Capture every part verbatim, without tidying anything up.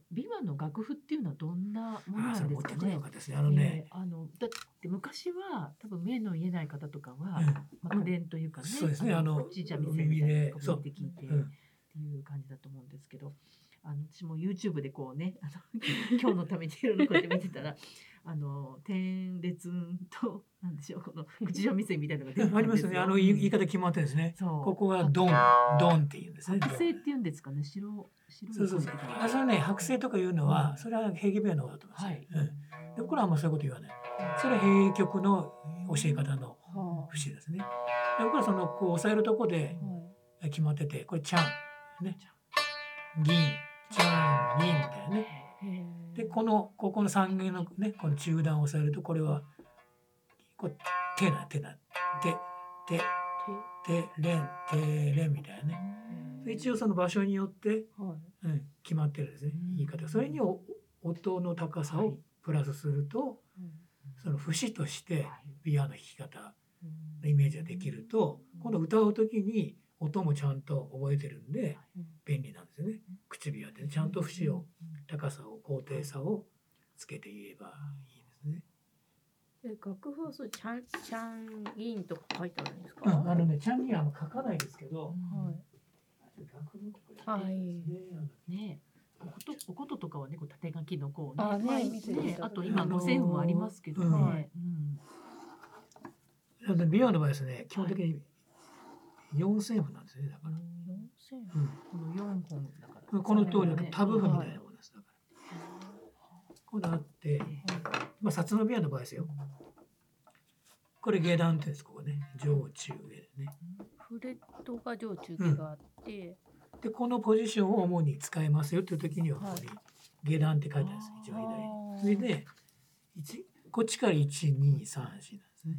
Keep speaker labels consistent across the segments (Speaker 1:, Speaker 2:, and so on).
Speaker 1: 琵琶の楽譜っていうのはどんなもの
Speaker 2: あ、
Speaker 1: なんですか
Speaker 2: それ持ってくるの
Speaker 1: ね。
Speaker 2: かですね。あのね、
Speaker 1: えーあのだって昔は多分目の見えない方とかは、
Speaker 2: うん
Speaker 1: まあ、家電というかね、
Speaker 2: そうですね。あの
Speaker 1: ちいちゃい店みたいな
Speaker 2: 耳で、
Speaker 1: とこ
Speaker 2: そう、
Speaker 1: ろで聞いて、
Speaker 2: うん
Speaker 1: っていう感じだと思うんですけど、あの私も YouTube でこうね、あの今日のためにいろいろこうやって見てたら、あの点列となんでしょう、この口三味線みたいなのが出てた
Speaker 2: ありますね。
Speaker 1: んですよ。
Speaker 2: あの言い
Speaker 1: うん
Speaker 2: 言い方決まってるんですね。
Speaker 1: そう
Speaker 2: ここはドン、ドンって言うんですね。
Speaker 1: 剥製っ
Speaker 2: ドン
Speaker 1: ていうんですかね、白白
Speaker 2: そうそうそう。
Speaker 1: い声的な。
Speaker 2: あ、それね、剥製とかいうのは、
Speaker 1: うん
Speaker 2: それは平家部屋の方だと思いますね。
Speaker 1: はい。
Speaker 2: うん。で、これはあんまそういうこと言わない。それは平曲の教え方の
Speaker 3: は
Speaker 2: 節ですね。で、僕らそのこう押さえるとこで
Speaker 3: あはい
Speaker 2: 決まってて、これチャン、ね、銀、チャン、銀みたいなね。
Speaker 3: へ
Speaker 2: で、このここの三弦のね、この中段を押さえると、これはこう手な手な手手手レン手レンみたいなね。一応その場所によって、
Speaker 3: はい
Speaker 2: うん、決まってるんですね、言い方。それにお音の高さを
Speaker 1: はい
Speaker 2: プラスすると、
Speaker 3: うん
Speaker 2: その節として
Speaker 1: はい
Speaker 2: 琵琶の弾き方のイメージができると、今度歌う時に音もちゃんと覚えてるんで便利なんですよね。口琵琶ってね、ちゃんと節を高さを高低差をつけて言えばいいですね。
Speaker 3: え楽譜はそうチャンチャンギンとか書いてあるんですか？
Speaker 2: うん、あのね、ちゃんには書かないですけど、
Speaker 3: はい
Speaker 2: 楽譜これ
Speaker 3: はい
Speaker 2: ね、あの
Speaker 1: ねえ、おことおこととかはね、こう縦書きのこう
Speaker 3: あね
Speaker 1: はい
Speaker 3: 見せていただいた
Speaker 1: ね、あと今
Speaker 2: あのー
Speaker 1: 五線譜もありますけど
Speaker 2: うん
Speaker 1: ね。うん
Speaker 2: あの琵琶の場合ですね、基本的に四線譜なんですね、だから。
Speaker 3: 四千
Speaker 2: うん
Speaker 1: この四本だから。
Speaker 2: この通りだと
Speaker 1: ね
Speaker 2: タブ譜みたいなものです。だからこうなって、まあ、薩の琵琶の場合ですよ。これ下段って言うんです、ここね。上中下でね。
Speaker 3: フレットが上中下があって、
Speaker 2: で、このポジションを主に使えますよという時には、ここに下段って書いてあるんです、一番左に。それで、一こっちからいち、に、さん、よんなんですね。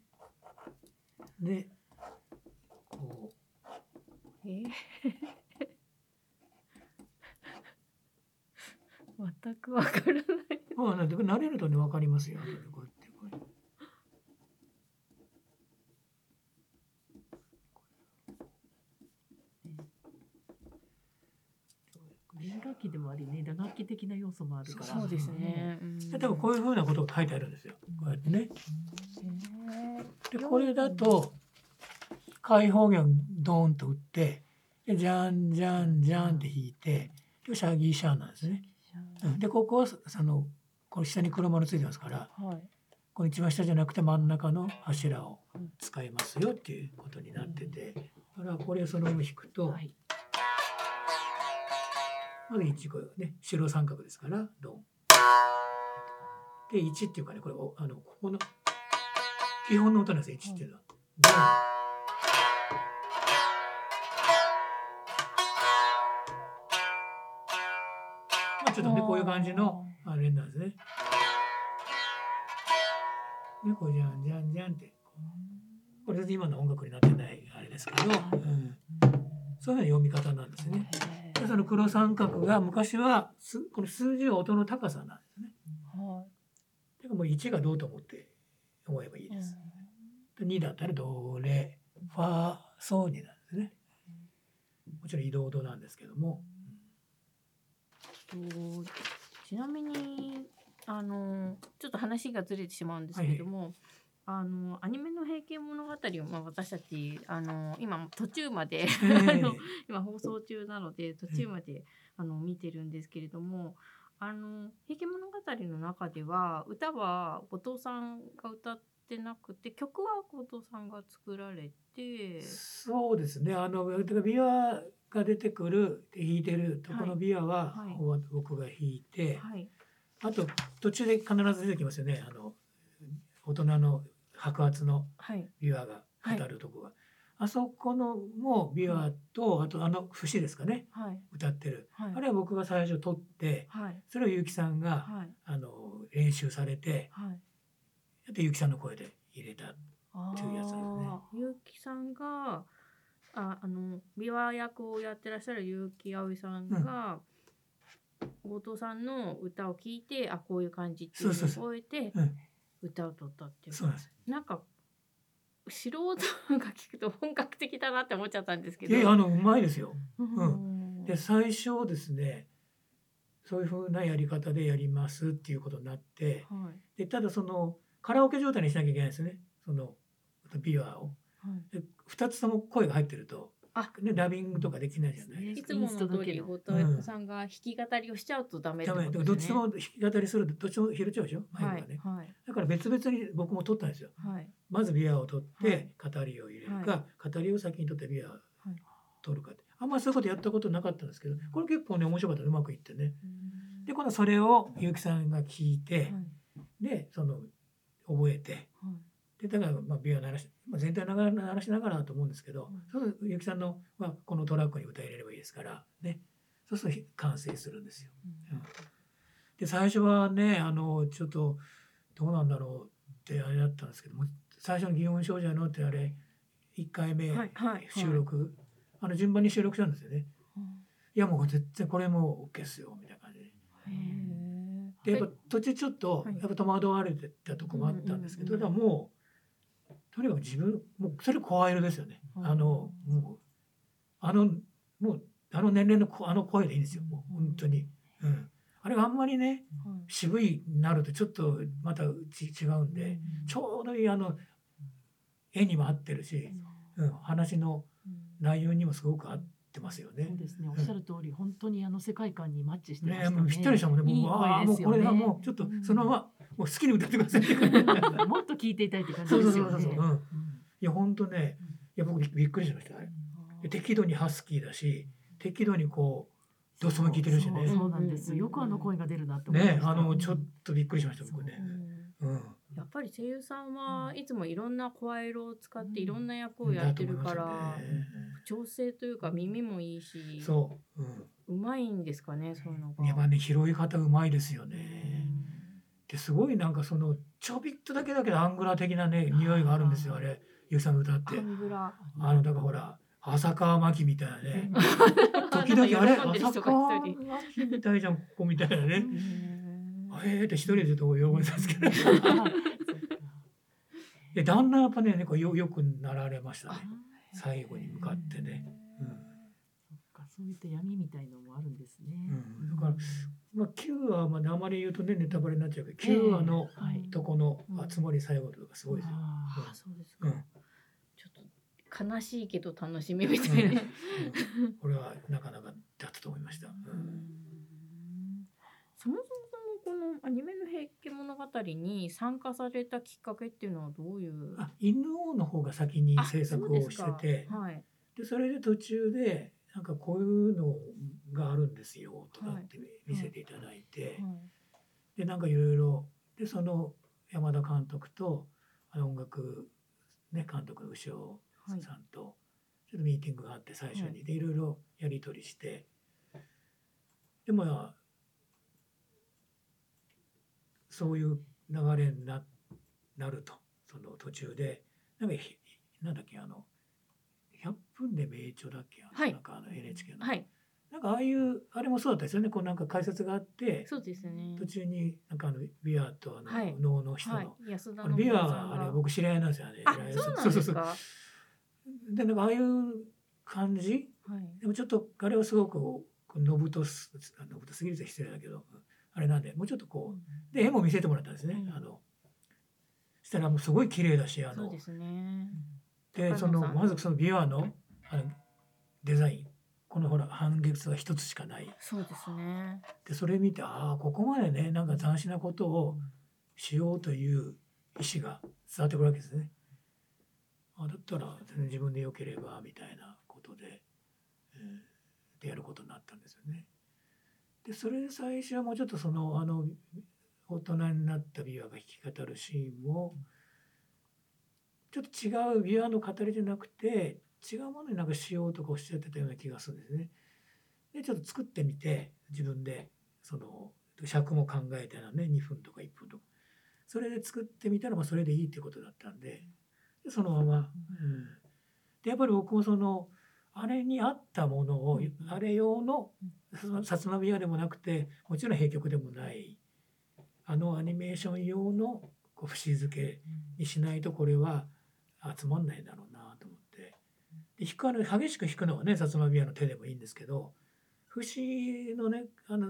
Speaker 2: で、こ
Speaker 3: えー全くわからない。
Speaker 2: う、まあ、なんで慣れるとね、わかりますよ。後でこうやってこれ
Speaker 1: 弦楽器でもありね、打楽器的な要素もあるから。
Speaker 3: そうですね。うん
Speaker 2: で多分こういうふうなことが書いてあるんですよ。こうやってね。
Speaker 3: へ
Speaker 2: で、これだと、開放弦をドーンと打って、で、じゃんじゃんじゃんって弾いて、でシャギーシャーなんですね。うんで、ここは、その、この下に黒丸ついてますから、
Speaker 3: ーはい。
Speaker 2: この一番下じゃなくて真ん中の柱を使いますよっていうことになってて、だからこれをそのまま弾くと、
Speaker 1: はい。
Speaker 2: まずいちこれね、白三角ですから、ドン。で、いちっていうかね、これ、おあの、ここの、基本の音なんですよ、いちっていうのは。ドン。まあ、ちょっとね、こういう感じのあれなんですね。ね、こうじゃんじゃんじゃんって。これ全然今の音楽になってないあれですけど、うん、そういうような読み方なんですね。でその黒三角が昔はすこの数字は音の高さなんですね。
Speaker 3: は
Speaker 2: だからもういちがどうと思って思えばいい
Speaker 3: い。
Speaker 2: です。でにだったらドレファソになんですね。もちろん移動音なんですけども。
Speaker 3: とちなみにあのちょっと話がずれてしまうんですけれども、あのアニメの「平家物語」を、まあ、私たちあの今途中まで、
Speaker 2: え
Speaker 3: あ
Speaker 2: え
Speaker 3: の今放送中なので途中まで、あの見てるんですけれども、あの「平家物語」の中では歌は後藤さんが歌ってなくて曲は後藤さんが作られて、
Speaker 2: そうですね。あのだから琵琶が出てくるで弾いてるとこの琵琶は、
Speaker 3: はい
Speaker 2: 僕が弾いて、
Speaker 3: はい
Speaker 2: あと途中で必ず出てきますよね。あの大人の白髪の
Speaker 3: はい
Speaker 2: 琵琶が語るとこが、あそこのも琵琶と、あとあの節ですかね、
Speaker 3: はい
Speaker 2: 歌ってる、
Speaker 3: はい
Speaker 2: あれは僕が最初撮って、
Speaker 3: はい
Speaker 2: それを結城さんが、
Speaker 3: はい
Speaker 2: あの練習されて、
Speaker 3: はい
Speaker 2: で結城さんの声で入れた。
Speaker 3: あ
Speaker 2: というやつですね
Speaker 3: あ、結城さんがああの琵琶役をやってらっしゃる結城葵さんが、後藤さんの歌を聞いてあこういう感じっていうのを
Speaker 2: そうそうそう
Speaker 3: 覚えて
Speaker 2: うん、
Speaker 3: 歌を取ったっていう
Speaker 2: そうなんです。
Speaker 3: なんか素人が聞くと本格的だなって思っちゃったんですけど、
Speaker 2: いやいやあのうまいですよ。
Speaker 3: うん
Speaker 2: で最初ですね、 そういうふうなやり方でやりますっていうことになって
Speaker 3: はい
Speaker 2: でただそのカラオケ状態にしなきゃいけないんですねそのビワを。
Speaker 3: はい
Speaker 2: でふたつとも声が入ってると、
Speaker 3: あ
Speaker 2: ね、ダビングとかできないじゃない。
Speaker 3: いつもの通り後藤さんが弾き語りをしちゃうとダメって
Speaker 2: ダメ
Speaker 3: ことですね。
Speaker 2: どっちも弾き語りするとどっちも拾っちゃうでしょマイクがね、
Speaker 3: はいはい
Speaker 2: だから別々に僕も撮ったんですよ。
Speaker 3: はい
Speaker 2: まずビアを取っ
Speaker 3: はい
Speaker 2: て語りを入れるか、
Speaker 3: は
Speaker 2: 語りを先に取ってビアを
Speaker 3: はい
Speaker 2: 取るかってあんまりそういうことやったことなかったんですけどこれ結構ね面白かったうまくいってね。
Speaker 3: うん
Speaker 2: で今度それを結城さんが聞いて、
Speaker 3: はい
Speaker 2: でその覚えて
Speaker 3: はい
Speaker 2: でだからまあビアを鳴らし、まあ、全体を鳴らしながらだと思うんですけど、
Speaker 3: うん
Speaker 2: その結城さんのはこのトラックに歌入れればいいですからねそうすると完成するんですよ。うんで最初はねあのちょっとどうなんだろうってあれだったんですけども最初の「祇園少女の」ってあれいっかいめ
Speaker 3: はいはい
Speaker 2: 収録、あの順番に収録したんですよね。
Speaker 3: うん
Speaker 2: いやもう絶対これも OK ですよみたいな感じで。
Speaker 3: へえ
Speaker 2: でやっぱ途中ちょっと
Speaker 3: はい
Speaker 2: やっぱ戸惑われてたとこもあったんですけど、
Speaker 3: うんうんうん
Speaker 2: だからもうとにかく自分もうそれ声色ですよね。
Speaker 3: うん
Speaker 2: あのもうあのもうあの年齢のこあの声でいいんですよもう本当に。うんあれがあんまりね
Speaker 3: はい
Speaker 2: 渋いになるとちょっとまたち違うんで、
Speaker 3: うん
Speaker 2: ちょうどいいあの絵にも合ってるし、うん、話の内容にもすごく合ってますよね。
Speaker 1: そうですね。おっしゃる通り、本当にあの世界観にマッチしてまし
Speaker 2: ね
Speaker 1: たね。
Speaker 2: もうぴったりしたもんね。
Speaker 1: いい
Speaker 2: もうああもう
Speaker 1: 声ですよね。
Speaker 2: これはもうちょっとそのままもう好きに歌ってくださいって感じ。
Speaker 1: うんもっと聞いていたいって感じ
Speaker 2: そう
Speaker 1: ですよ
Speaker 2: そうそうそう。
Speaker 1: ね。
Speaker 2: うん。い
Speaker 1: うん
Speaker 2: や本当ね、いや僕びびっくりしました。あれで適度にハスキーだし、適度にこうドスも効いてるしね。
Speaker 1: そうそうなんです。よくあの声が出るなって思いました。
Speaker 2: ねあのちょっとびっくりしました僕ね
Speaker 3: う。ん
Speaker 2: うん。
Speaker 3: やっぱり声優さんはいつもいろんな声色を使っていろんな役を
Speaker 2: うん
Speaker 3: やってるから、
Speaker 2: だと思いますよね
Speaker 3: 調整というか耳もいいし、
Speaker 2: そう。うん。
Speaker 3: うまいんですかね、そういうのが。
Speaker 2: やっぱね拾い方うまいですよ
Speaker 3: う
Speaker 2: ね。
Speaker 3: ん
Speaker 2: ですごいなんかそのちょびっとだけだけどアングラ的なね匂いがあるんですよあれゆうさんの歌って
Speaker 3: アングラ。
Speaker 2: あのだからほら浅川真紀みたいなね時
Speaker 3: なんか
Speaker 2: 々あれ
Speaker 3: 喜んでる
Speaker 2: 浅
Speaker 3: 人が一人
Speaker 2: 川真紀みたいじゃんここみたいなね
Speaker 3: へー
Speaker 2: えーって一人でちょっと喜んでたんですけど
Speaker 1: あそっか
Speaker 2: でだんだんやっぱねなんかよよくなられました
Speaker 3: あ
Speaker 2: ね最後に向かってね、うん
Speaker 1: そっかそういった闇みたいのもあるんですね。
Speaker 2: うんだからまあ、きゅうわまであまり言うとねネタバレになっちゃうけど、きゅうわの
Speaker 1: ええはい
Speaker 2: とこの熱森最後とかすごいですよ。
Speaker 1: あ
Speaker 3: あ、そうですか。
Speaker 2: うん
Speaker 3: ちょっと悲しいけど楽しみみたいな。
Speaker 2: うんこれはなかなかだったと思いました。う
Speaker 3: うんんそもそもこのアニメの平家物語に参加されたきっかけっていうのはどういう
Speaker 2: あ、犬王の方が先に
Speaker 3: あ
Speaker 2: 制作をして
Speaker 3: そう
Speaker 2: て、
Speaker 3: ですかはい
Speaker 2: でそれで途中でなんかこういうのがあるんですよとかって見せていただいて、
Speaker 3: はい
Speaker 2: でなんかいろいろでその山田監督とあの音楽ね監督の牛尾
Speaker 3: はい
Speaker 2: さんとちょっとミーティングがあって最初
Speaker 3: は
Speaker 2: にでいろいろやり取りしてでもそういう流れにななるとその途中でなんかひなんだっけあのひゃっぷんで名著だっけあの
Speaker 3: はい
Speaker 2: なんかあの エヌエイチケー の、
Speaker 3: はい
Speaker 2: なんかああいうあれもそうだったですよねこうなんか解説があって
Speaker 3: そうですね
Speaker 2: 途中になんかあのビアとあの
Speaker 3: はい
Speaker 2: 能の人の、
Speaker 3: はい安田
Speaker 2: あれビア
Speaker 3: のさんが
Speaker 2: はあれ僕知り合いなんですよね。
Speaker 3: あそうなんですか
Speaker 2: でなんかああいう感じ
Speaker 3: はい
Speaker 2: でもちょっとあれはすごくこうのぶとすのぶとすぎると失礼だけどあれなんでもうちょっとこうで絵も見せてもらったんですね。
Speaker 3: うん
Speaker 2: あのしたらもうすごい綺麗だしあの
Speaker 3: そうですね
Speaker 2: でそ
Speaker 3: 高野さん
Speaker 2: のまずそのビアのあのデザインこのほら半月が一つしかない
Speaker 3: そうですね
Speaker 2: でそれ見てああここまでねなんか斬新なことをしようという意思が伝わってくるわけですね。あだったら全然自分で良ければみたいなことで、えーでやることになったんですよね。でそれで最初はもうちょっとそのあの大人になったビワが弾き語るシーンもちょっと違うビワの語りじゃなくて違うものになんかしようとかおっしゃってたような気がするんですね。でちょっと作ってみて自分でその尺も考えたらねにふんとかいっぷんとかそれで作ってみたらまあそれでいいっていうことだったんで、でそのまま、うん、でやっぱり僕もそのあれに合ったものを、あれ用の薩摩ビアでもなくてもちろん編曲でもないあのアニメーション用のこう節付けにしないとこれは集まんないだろうなと思ってで弾くあの激しく弾くのはね薩摩ビアの手でもいいんですけど節のねあのただ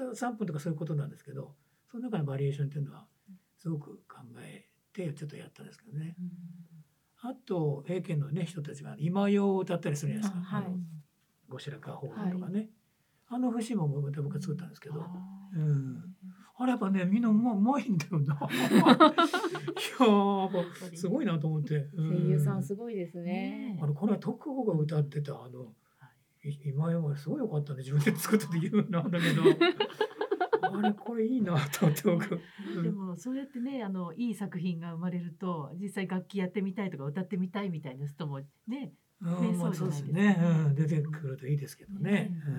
Speaker 2: かさんぷんとかそういうことなんですけど、その中のバリエーションっていうのはすごく考えてちょっとやったんですけどね。あと平家のね人たちが今用を歌ったりするじゃないですか。
Speaker 3: あはい
Speaker 2: あの後白河法皇とかね、あの節も僕が作ったんですけど、
Speaker 1: あ
Speaker 2: うん、あれやっぱねみんなうまうまいんだよな。いやーやっぱすごいなと思って。うん
Speaker 3: 声優さんすごいですね。
Speaker 1: ね
Speaker 2: あのこの間徳子が歌ってたあのい今山すごい良かったね自分で作ったって言うなんだけどあれこれいいなと思って僕。うん
Speaker 1: でもそうやってねあのいい作品が生まれると実際楽器やってみたいとか歌ってみたいみたいな人もね
Speaker 2: うんまあそうです
Speaker 1: そうじゃないですか
Speaker 2: ね、うん、出てくるといいですけどね。
Speaker 1: うん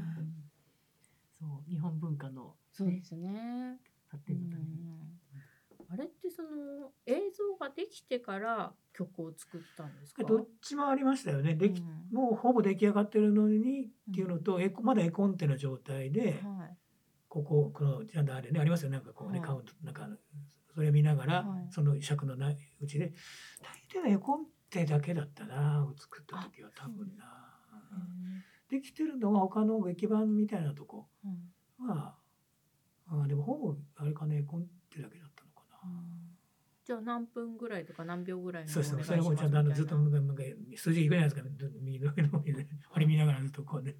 Speaker 1: そう日本文化の
Speaker 3: そうですね。
Speaker 1: 発展のために。
Speaker 3: あれってその映像ができてから曲を作ったんですか？
Speaker 2: どっちもありましたよね。でき
Speaker 3: うん
Speaker 2: もうほぼ出来上がってるのにっていうのと、エコまだ絵コンテの状態で、
Speaker 3: はい。
Speaker 2: こここのちゃんとあれねありますよなんかこうね、
Speaker 3: はい
Speaker 2: カウントなんかそれ見ながら、
Speaker 3: はい
Speaker 2: その尺のないうちで大抵は絵コンテだけだったな作った時は多分な。できてるのは他の劇版みたいなとこ
Speaker 3: うん
Speaker 2: は、あでもほぼあれかね絵コンテだけだったのかな。
Speaker 3: じゃあ何分ぐらいとか何秒ぐらいの
Speaker 2: そうですね。それ
Speaker 3: お願いします
Speaker 2: もちゃんとあの
Speaker 3: みたいな
Speaker 2: ずっとなんか数字いくじゃないですか、ね。右の上の方にね、あれ見ながらずっとこうね。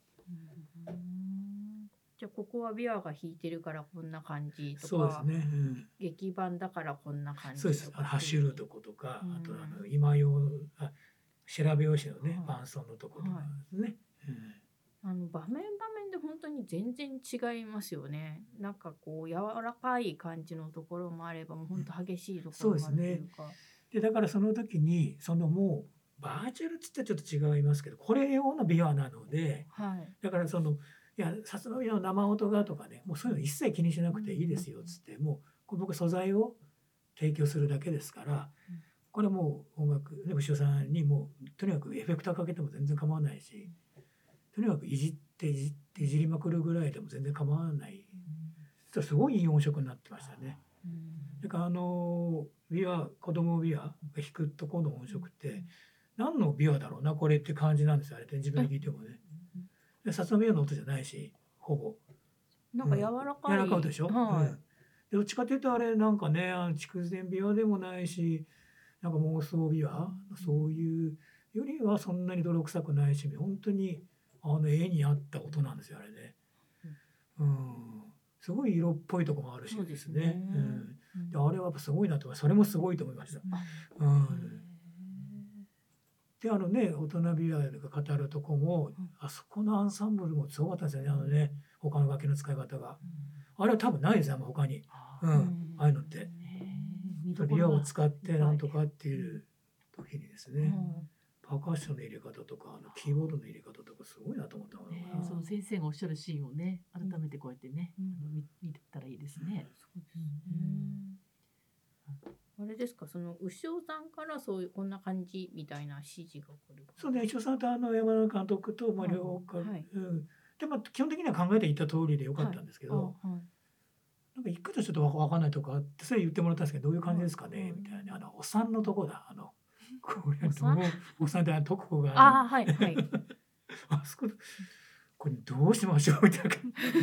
Speaker 3: うんじゃあここはビワが弾いてるからこんな感じとか、
Speaker 2: そうですね。うん、
Speaker 3: 劇版だからこんな感じ
Speaker 2: そうです。あのハッシュルーと
Speaker 3: か
Speaker 2: ことか、
Speaker 3: うん
Speaker 2: あとあの今用あ調べ用紙のね、
Speaker 3: はい
Speaker 2: 伴奏のとことかですね。
Speaker 3: あの場面場面で本当に全然違いますよね。なんかこう柔らかい感じのところもあればもう本当激しいところもあるというか。
Speaker 2: でだからその時にそのもうバーチャルっつったらちょっと違いますけど、これ用のビワなので、
Speaker 3: はい。
Speaker 2: だからそのいやさすがに生音がとかね、もうそういうの一切気にしなくていいですよっつって、もうこれ僕素材を提供するだけですから、これもう音楽ね牛尾さんにもうとにかくエフェクターかけても全然構わないし、とにかくいじっていじっていじりまくるぐらいでも全然構わない。そしたらすごいいい音色になってましたね。だからあのビワ子供ビワが弾くとこの音色って何のビワだろうなこれって感じなんですよあれって自分で聞いてもね。で薩摩ビワの音じゃないしほぼ。
Speaker 3: なんか柔らかい。
Speaker 2: うん、柔らかい音でしょ。
Speaker 3: はい。
Speaker 2: うん、でどっちかというとあれなんかねあの筑前ビワでもないしなんか妄想ビワそういうよりはそんなに泥臭くないし本当にあの絵に合った音なんですよあれね。うん、すごい色っぽいところもあるしですね。
Speaker 3: そうですね
Speaker 2: うん、であれはやっぱすごいなと思います。それもすごいと思いました。うんであのね大人ビワが語るとこも、あそこのアンサンブルもすごかったですよねあのね他の楽器の使い方が。あれは多分ないですよ他に。うん、ああいうのって。ビワを使ってなんとかっていう時にですね、パーカッションの入れ方とかあのキーボードの入れ方とかすごいなと思ったの、
Speaker 1: ね、その先生がおっしゃるシーンをね改めてこうやってね、うん、あの 見, 見てたらいいですね。
Speaker 3: そうですね。あれですかその牛尾さんからそういうこんな感じみたいな指示が来る。
Speaker 2: そうね牛尾さんとあの山田監督とまあ両方か、
Speaker 3: はい
Speaker 2: うん、でも基本的には考えていた通りでよかったんですけど、
Speaker 3: はいはい
Speaker 2: なんか一回とちょっとわかんないとこあってそれ言ってもらったんですけどどういう感じですかね、みたいなあのお産のとこだあのこれどうお産であの特攻が
Speaker 3: ああはいはい
Speaker 2: あそここれどうしましょうみたいな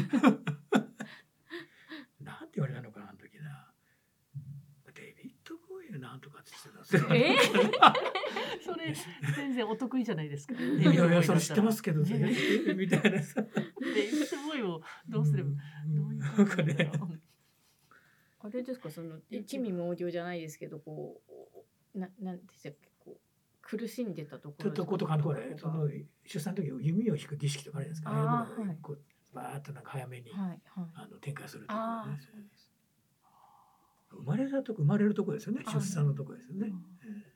Speaker 2: なんて言われたのかなあの時なデビッド・ボーイなんとかって言ってたんですよ。
Speaker 3: え
Speaker 1: それ全然お得意じゃないですか。い
Speaker 2: いやいやそれ知ってますけど、ね、みたいなさ。
Speaker 1: デビッド・ボーイをどうすれば、うん、どういう
Speaker 2: なんかね。
Speaker 3: あれですかその一味猛牛じゃないですけどこうななんでしたっけこう苦しんでたところ
Speaker 2: ちょっとことかのこれその出産の時弓を引く儀式とかあるじゃないですか。ああいうのをこうバーッとなんか早めに、はいはい、あの展開するところね。生まれたとこ生まれるとこですよね。出産のとこですよね。うん